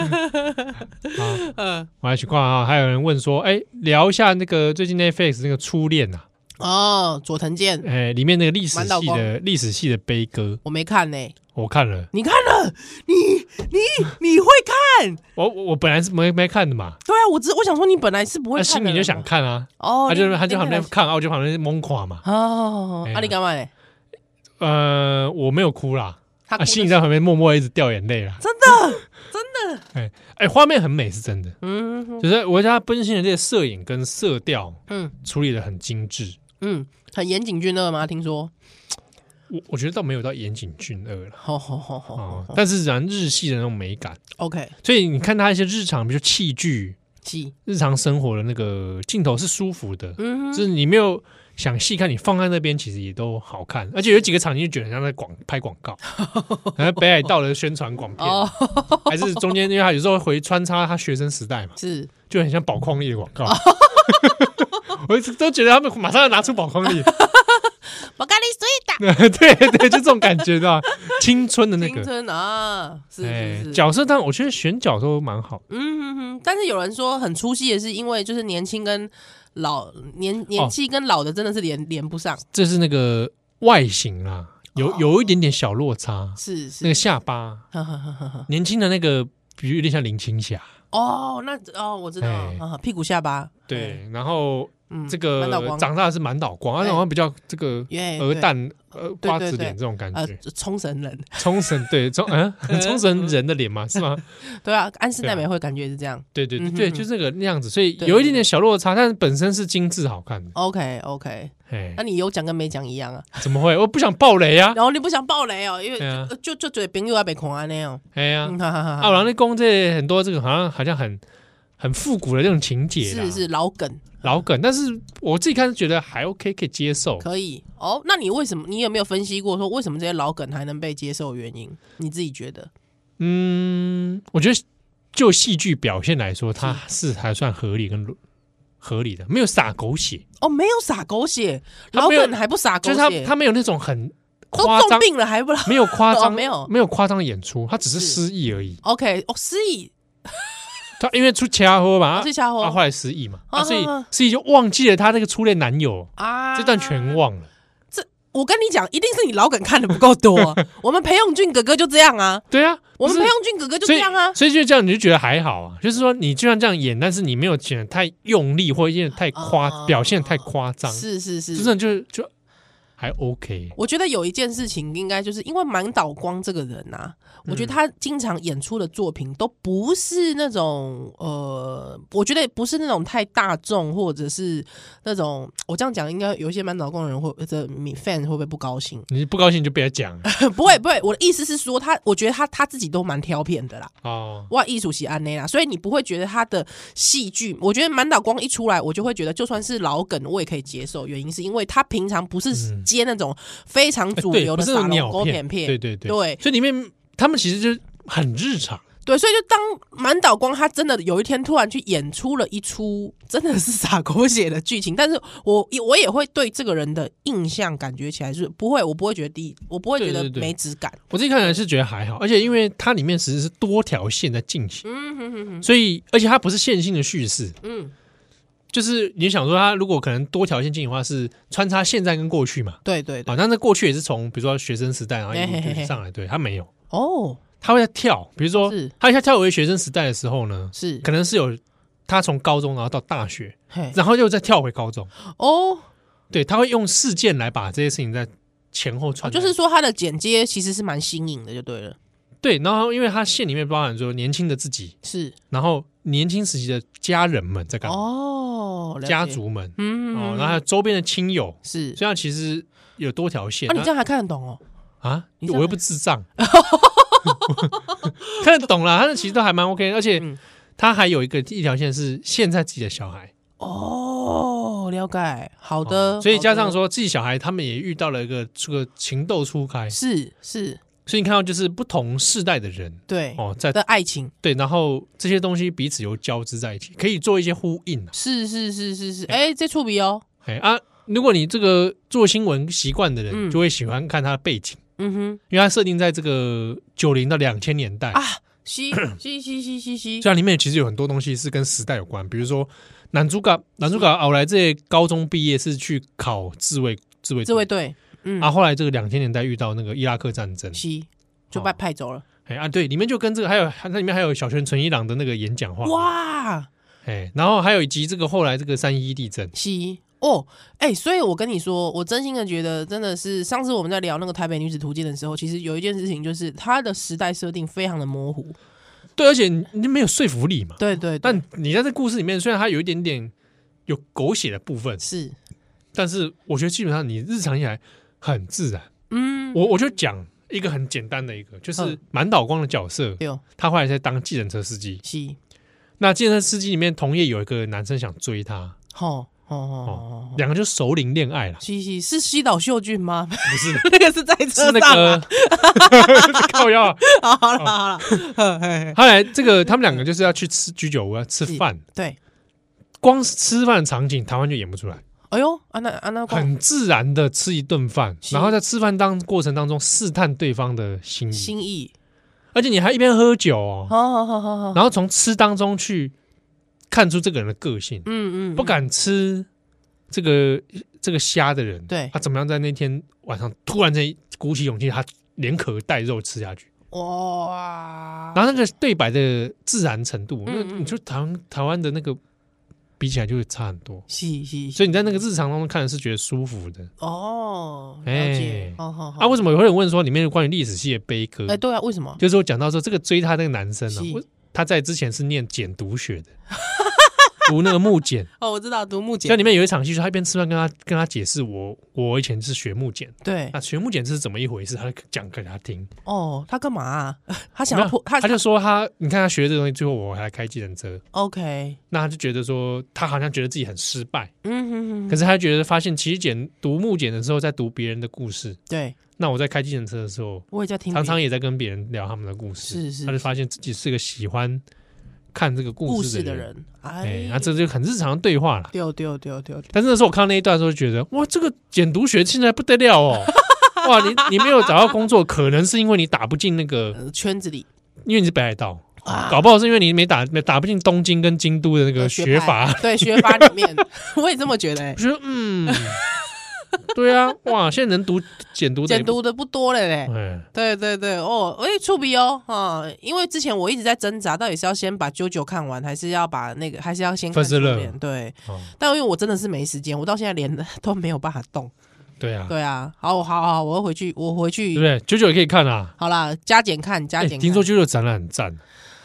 我来去看啊，还有人问说，聊一下那个最近 Netflix 那个初恋啊。 哦，佐藤健， 里面那个历史系的悲歌， 我没看呢。 我看了， 你看了，你会看？ 我本来是没看的嘛。 对啊，我想说你本来是不会看的， 心里就想看啊。 哦， 他就旁边看，我就旁边懵垮嘛。 哦，你干嘛嘞？ 我没有哭啦，心里在旁边默默一直掉眼泪啦。 真的， 画面很美是真的。就是我觉得他奔现的这些摄影跟色调，处理的很精致。 很岩井俊二吗？听说。 我觉得倒没有到岩井俊二了， 好， 但是然日系的那种美感 ，OK， 所以你看他一些日常，比如器具、日常生活的那个镜头是舒服的，就是你没有想细看，你放在那边其实也都好看，而且有几个场景就觉得像在拍广告，然后北海道的宣传广片，还是中间因为他有时候会穿插他学生时代嘛， 是就很像宝矿力的广告，我一直都觉得他们马上要拿出宝矿力。 我跟你睡的，对，就这种感觉的，青春的那个青春啊，是角色，但我觉得选角都蛮好。 但是有人说很出戏的是因为就是年轻跟老年纪跟老的真的是连不上， 这是那个外形啦，有一点点小落差， 是那个下巴，年轻的那个比如有点像林青霞哦，那我知道屁股下巴对，然后这满岛光个长大的是满岛光，他好像比较这个鹅蛋瓜子脸这种感觉， 冲绳人， 冲绳对冲绳人的脸嘛是吗？ 对啊，安室奈美惠感觉是这样， 对对对对，就这个那样子，所以有一点点小落差，但是本身是精致好看的。 OK， 那你有讲跟没讲一样啊？ 怎么会？我不想爆雷啊！ 然后你不想爆雷哦，因为就对朋友要被看安那样。 哎呀，然后那公这很多这个好像很复古的那种情节， 是老梗， 但是我自己看是觉得还 OK， 可以接受， 可以哦。那你为什么？你有没有分析过说为什么这些老梗还能被接受的原因？你自己觉得？ 我觉得就戏剧表现来说，它是还算合理的，没有撒狗血哦，没有撒狗血，老梗还不撒狗血， 就是他没有那种很夸张， 都重病了还不没有夸张， 没有夸张的演出，他只是失忆而已。 OK， 失忆。 他因为出车祸嘛， 他后来失忆嘛，所以失忆就忘记了他那个初恋男友啊， 这段全忘了。 我跟你讲，一定是你老梗看的不够多。我们裴勇俊哥哥就这样啊， 对啊， 我们裴勇俊哥哥就这样啊， 所以就这样你就觉得还好啊，就是说你就算这样演，但是你没有演得太用力或者太表现太夸张， 是， 真的就还 OK。 我觉得有一件事情应该就是因为满岛光这个人啊，我觉得他经常演出的作品都不是那种我觉得不是那种太大众，或者是那种我这样讲，应该有一些满岛光的人或者fan 会不会不高兴？ 你不高兴就不要讲。 不会，我的意思是说我觉得他自己都蛮挑片的啦。 哦， 哇，艺术系安内啦，所以你不会觉得他的戏剧，我觉得满岛光一出来，我就会觉得就算是老梗，我也可以接受。原因是因为他平常不是接那种非常主流的撒龙狗片， 对， 所以里面他们其实就很日常。 对，所以就当满岛光他真的有一天突然去演出了一出真的是洒狗血的剧情，但是我也会对这个人的印象感觉起来是不会，我不会觉得我不会觉得没质感。 我自己看起来是觉得还好，而且因为它里面其实是多条线在进行，所以而且它不是线性的叙事，就是你想说它如果可能多条线进行的话，是穿插现在跟过去嘛？ 对， 啊，但是过去也是从比如说学生时代然后一路上来，对，它没有哦。 他会在跳，比如说他在跳回学生时代的时候呢， 是可能是有他从高中然后到大学，然后又再跳回高中哦， 对，他会用事件来把这些事情在前后串， 就是说他的剪接其实是蛮新颖的，就对了。 对，然后因为他线里面包含说年轻的自己是， 然后年轻时期的家人们在干嘛哦， 家族们然后还有周边的亲友是， 所以其实有多条线。 你这样还看得懂哦？ 啊，我又不智障。看得懂啦，他的其实都还蛮 OK， 而且他还有一条线是现在自己的小孩哦，了解，好的， 所以加上说自己小孩他们也遇到了一个这个情窦初开， 是， 所以你看到就是不同世代的人对在的爱情， 对，然后这些东西彼此有交织在一起，可以做一些呼应。 是，这触笔哦， 如果你这个做新闻习惯的人，就会喜欢看他的背景。因为它设定在这个90到2000年代啊， 所以里面其实有很多东西是跟时代有关，比如说男主角后来这高中毕业是去考自卫队，后来这个2000年代遇到那个伊拉克战争， 就被派走了。 对，里面就跟这个它里面还有小泉纯一郎的那个演讲话， 哇， 然后还有以及这个后来这个311地震， 所以我跟你说，我真心的觉得，真的是上次我们在聊那个台北女子图鉴的时候，其实有一件事情就是它的时代设定非常的模糊， 对，而且你没有说服力嘛， 对， 但你在这故事里面，虽然它有一点点有狗血的部分， 是， 但是我觉得基本上你日常起来很自然，我就讲一个很简单的一个，就是满岛光的角色，他后来在当计程车司机，那计程车司机里面同业有一个男生想追他，两个就熟龄恋爱了。 是西岛秀俊吗？ 不是， 那个是在车上、 那个靠腰。 好了， 后来这个他们两个就是要去吃居酒屋，要吃饭。 对， 光吃饭的场景，台湾就演不出来。 哎呦，那很自然的吃一顿饭，然后在吃饭过程当中试探对方的心意，而且你还一边喝酒哦，然后从吃当中去看出这个人的个性，不敢吃这个虾的人， 对， 他怎么样在那天晚上突然间鼓起勇气，他连壳带肉吃下去， 哇， 然后那个对白的自然程度，那你就台湾的那个比起来就会差很多。 是， 所以你在那个日常当中看的是觉得舒服的。 哦，了解。 啊，为什么有人问说里面关于历史系的悲歌？ 哎，对啊，为什么？ 就是我讲到说这个追他那个男生啊，他在之前是念简读学的。读那个木简哦，我知道读木简， 像里面有一场戏，他一边吃饭跟他解释我以前是学木简， 对， 那学木简是怎么一回事，他就讲给他听。 哦，他干嘛啊？他想要他就说你看他学这个东西，最后我还开计程车 ，OK， 那他就觉得说他好像觉得自己很失败，可是他觉得发现其实读木简的时候在读别人的故事， 对， 那我在开计程车的时候， 我也在听， 常常也在跟别人聊他们的故事， 是， 他就发现自己是个喜欢看这个故事的人，哎，那这就很日常的对话了。丢。但是那时候我看到那一段的时候，就觉得哇，这个简读学现在不得了哦！哇，你没有找到工作，可能是因为你打不进那个圈子里， 因为你是北海道，搞不好是因为你没打不进东京跟京都的那个学法， 对，学法里面，我也这么觉得。 我觉得对啊，哇，现在能读简读的不多了嘞。对，哦，触笔哦，因为之前我一直在挣扎，到底是要先把JoJo看完，还是要把那个，还是要先看2遍？对，但因为我真的是没时间，我到现在连都没有办法动。对啊，好，我回去，对不对？JoJo也可以看啊。 好啦，加减看。 听说JoJo展览很赞。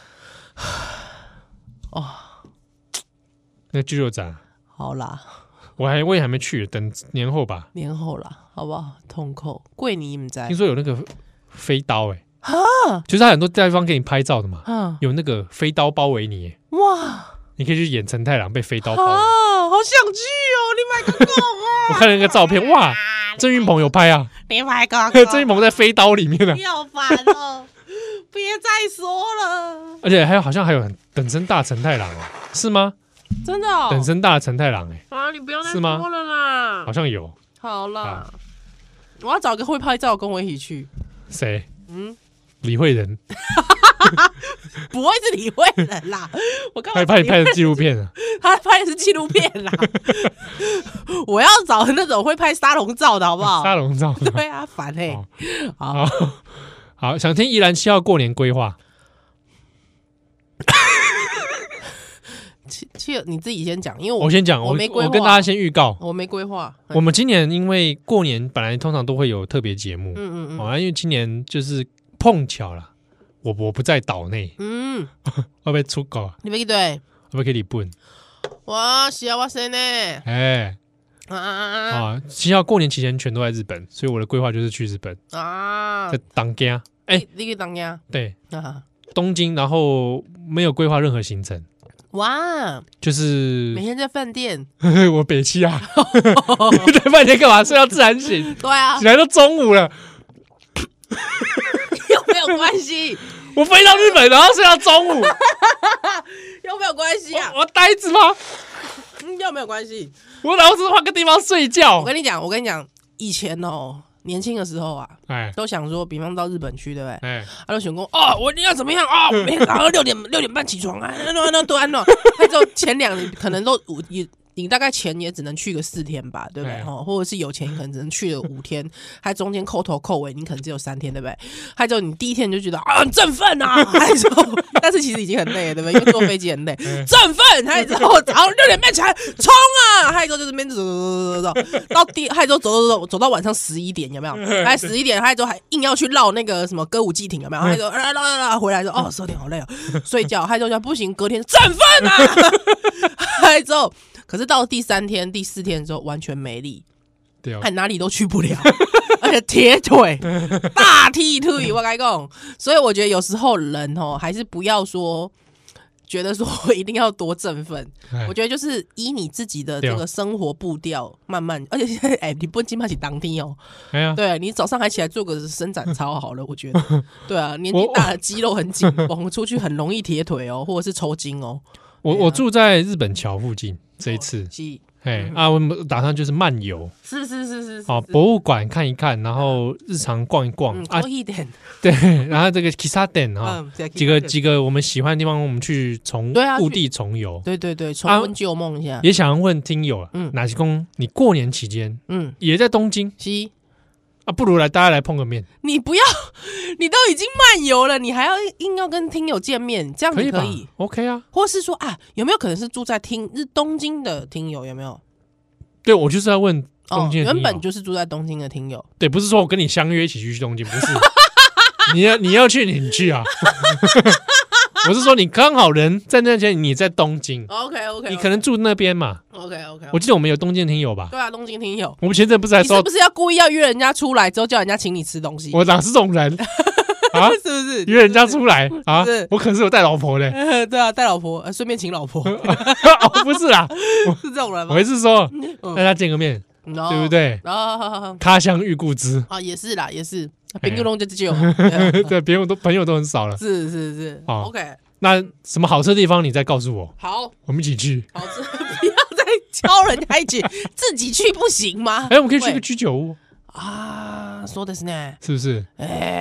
哦，那JoJo展， 好啦。 我也还没去，等年后吧。 年后啦，好不好？痛扣贵你唔知？ 听说有那个飞刀就是他很多地方给你拍照的嘛，有那个飞刀包围你，哇！你可以去演陈太郎被飞刀包围， 好想去哦！你买个狗我看了那个照片，哇！郑云鹏有拍啊， 你买个郑云鹏在飞刀里面啊， 你好烦哦！别再说了。 而且好像还有等身大陈太郎哦，是吗？ 真的哦， 等身大陈太郎你不要再说了啦， 好像有。 好啦，我要找个会拍照跟我一起去。 谁？李慧仁。 不会是李慧仁啦，我刚拍的纪录片啊， 他拍的是纪录片啦。我要找那种会拍沙龙照的好不好？ 沙龙照， 对啊，烦好，想听宜兰7号过年规划。 你自己先讲，因为我先讲，我跟大家先预告， 我没规划。 我们今年因为过年本来通常都会有特别节目，因为今年就是碰巧了，我不在岛内，会不会出国？ 你们对， 会不会去日本？ 哇，幸せ呢 ！7号过年期间全都在日本，所以我的规划就是去日本在东京。 你去东京？ 对，东京，然后没有规划任何行程。 哇， 就是每天在饭店， 我北七啊，在饭店干嘛？睡到自然醒， 对啊， 起来都中午了， 有没有关系？ 我飞到日本，然后睡到中午， 有没有关系啊？ 我呆子吗？ 有没有关系？ 我老是换个地方睡觉。 我跟你讲，以前年轻的时候啊，都想说，比方到日本去，对不对？他就想说，我一定要怎么样啊？每天早上6点半起床啊，那端了。他就前2年可能都你大概钱也只能去个4天吧，对不对？或者是有钱可能只能去了5天，还中间扣头扣尾，你可能只有3天，对不对？还有你第一天你就觉得很振奋啊，但是其实已经很累了，对不对？因为坐飞机很累，振奋。还有之后早上6点半起来冲啊，还有之后就是边走，到还有之后走到晚上11点，有没有？还11点，还有之后还硬要去绕那个什么歌舞伎町，有没有？还有之后回来说12点好累哦，睡觉。还有之后不行，隔天振奋啊，还有之后。可是到第3天、第4天之后，完全没力，还哪里都去不了，而且铁腿、大踢腿，我跟你讲。所以我觉得有时候人还是不要说觉得说一定要多振奋。我觉得就是以你自己的这个生活步调慢慢，而且现在你不经怕起当天对你早上还起来做个伸展操好了，我觉得对啊，年纪大了肌肉很紧绷，出去很容易铁腿或者是抽筋我住在日本桥附近。这一次，我们打算就是漫游， 是， 博物馆看一看，然后日常逛一逛多一点， 对，然后这个 Kissa 店几个我们喜欢的地方，我们去故地重游， 对，重温旧梦一下。 也想问听友哪些公，你过年期间，也在东京， 啊，不如大家来碰个面。 你不要，你都已经漫游了，你还要硬要跟听友见面，这样子可以 ？OK 啊， 或是说啊，有没有可能是住在东京的听友？有没有？ 对，我就是要问东京的听友， 原本就是住在东京的听友。 对，不是说我跟你相约一起去东京，不是。你要去你去啊。我是说你刚好人在那边，你在东京 OK， 你可能住那边嘛。 OK， 我记得我们有东京听友吧？ 对啊，东京听友。 我们前阵不是还说， 你是不是要故意要约人家出来之后叫人家请你吃东西？ 我哪是这种人啊？ 是不是约人家出来啊？我可是有带老婆的。 对啊，带老婆，顺便请老婆。 不是啦， 是这种人吗？ 我是说大家见个面，对不对？他乡遇故知啊，也是啦，也是。朋友就只有对，朋友都很少了。 是 OK。 那什么好吃的地方，你再告诉我。 好， 我们一起去。 好吃，不要再教人家一起，自己去不行吗？ 我们可以去个居酒屋啊，说的是呢， 是不是？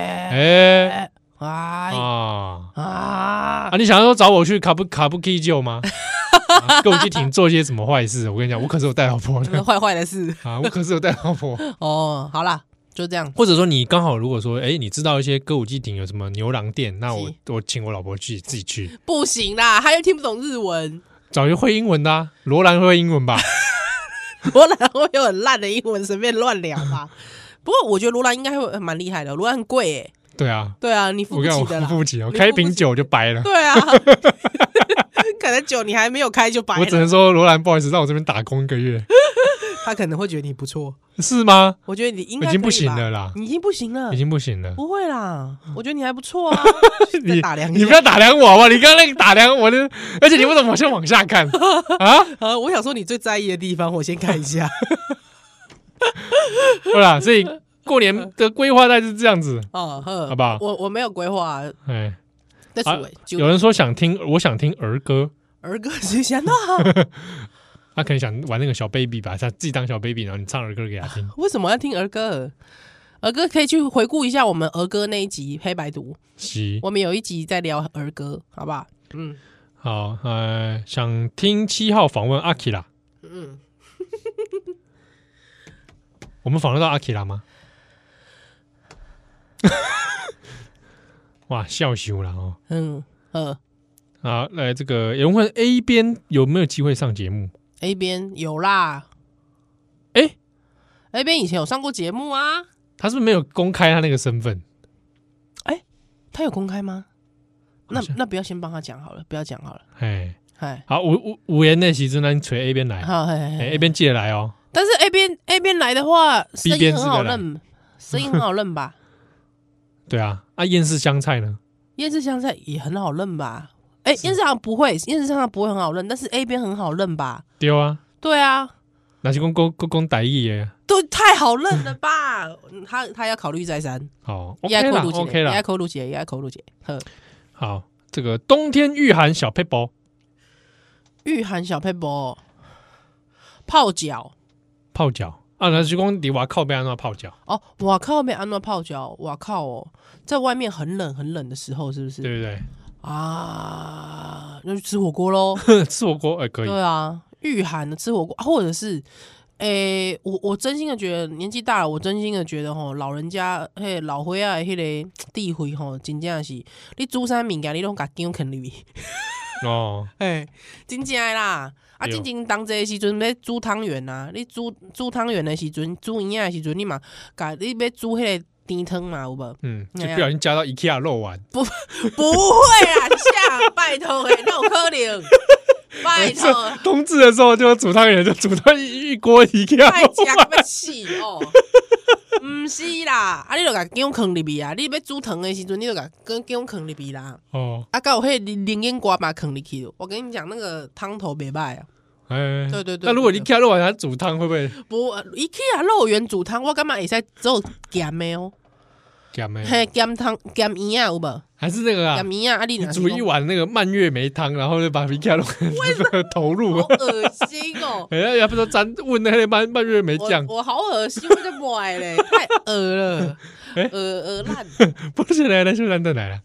你想要说找我去卡布基酒吗？跟我去挺做些什么坏事？我跟你讲，我可是有带老婆的， 坏的事啊，我可是有带老婆。 哦，好啦。就这样， 或者说你刚好如果说，你知道一些歌舞伎町有什么牛郎店，那我请我老婆去自己去， 不行啦，她又听不懂日文， 找一个会英文的啊，罗兰会英文吧？ 罗兰会有很烂的英文，随便乱聊吧。不过我觉得罗兰应该会蛮厉害的，罗兰很贵耶。对啊，你付不起的啦， 我付不起，我开一瓶酒就白了。 对啊，可能酒你还没有开就白了。 我只能说罗兰不好意思，让我这边打工1个月。 他可能会觉得你不错， 是吗？ 我觉得你应该已经不行了啦， 你已经不行了，不会啦，我觉得你还不错啊。你打量你不要打量我好不好？你刚刚那个打量我的，而且你为什么先往下看啊？ 我想说你最在意的地方，我先看一下。 对啦，所以过年的规划大概是这样子好不好？ 我没有规划， 有人说我想听儿歌谁想到？ 他可能想玩那个小 baby 吧，他自己当小 baby， 然后你唱儿歌给他听。 为什么要听儿歌？儿歌可以去回顾一下我们儿歌那一集黑白读，我们有一集在聊儿歌，好不好？ 好，想听7号访问阿基拉。我们访问到阿基拉吗？哇，笑羞了哦。来这个有人问 A 边有没有机会上节目？ A 边有啦，A 边以前有上过节目啊。 他是不是没有公开他那个身份？ 他有公开吗？那不要先帮他讲好了，不要讲好了。好， 五言的时阵咱找 A 边来，A 边记得来哦。 但是 A 边来的话，声音很好认，声音很好认吧？ 对啊，厌世香菜呢？ 厌世香菜也很好认吧？厌世香不会，厌世香菜不会很好认，但是 A 边很好认吧？对啊， 那是讲台语耶， 都太好认了吧？他要考虑再三。 好 ，OK 啦，OK 啦， 也口录节。 好，这个冬天御寒小撇步， 泡脚啊，那是讲伫外口要安怎泡脚？ 哦，外口要安怎泡脚？外口哦，在外面很冷的时候，是不是？ 对不对？ 那就吃火锅咯。 吃火锅可以。 对啊，御寒的吃火锅，或者是我真心的觉得年纪大了，我真心的觉得老人家老岁仔的迄个智慧真正是你煮啥物件你拢甲姜啃入去。真正的啦。之前当这个时阵要煮汤圆啊，你煮汤圆的时阵，煮圆的时阵，你嘛，你要煮迄个甜汤嘛，有无？ 就不小心加到 IKEA 肉丸。 不会啊，像拜托那有可能。拜托， 冬至的时候就煮汤圆，就煮到一锅 IKEA 肉丸。太气哦！唔是啦，你就甲姜放入去啊！你要煮汤的时阵，你就甲姜放入去啦。还有迄灵眼瓜嘛放入去。我跟你讲，那个汤头袂歹啊。对。 那如果你 IKEA 肉丸它煮汤会不会？ 不 ，IKEA 肉圆煮汤，我感觉会使只有咸的哦。咸汤咸圆啊，有无？ 还是那个咸圆啊？ 你煮一碗那个蔓越莓汤，然后就把 IKEA 肉投入， 好恶心哦！ 要不说问那个蔓越莓酱， 我好恶心，我就买嘞，太恶了，恶烂。 不是来了，就难得来了。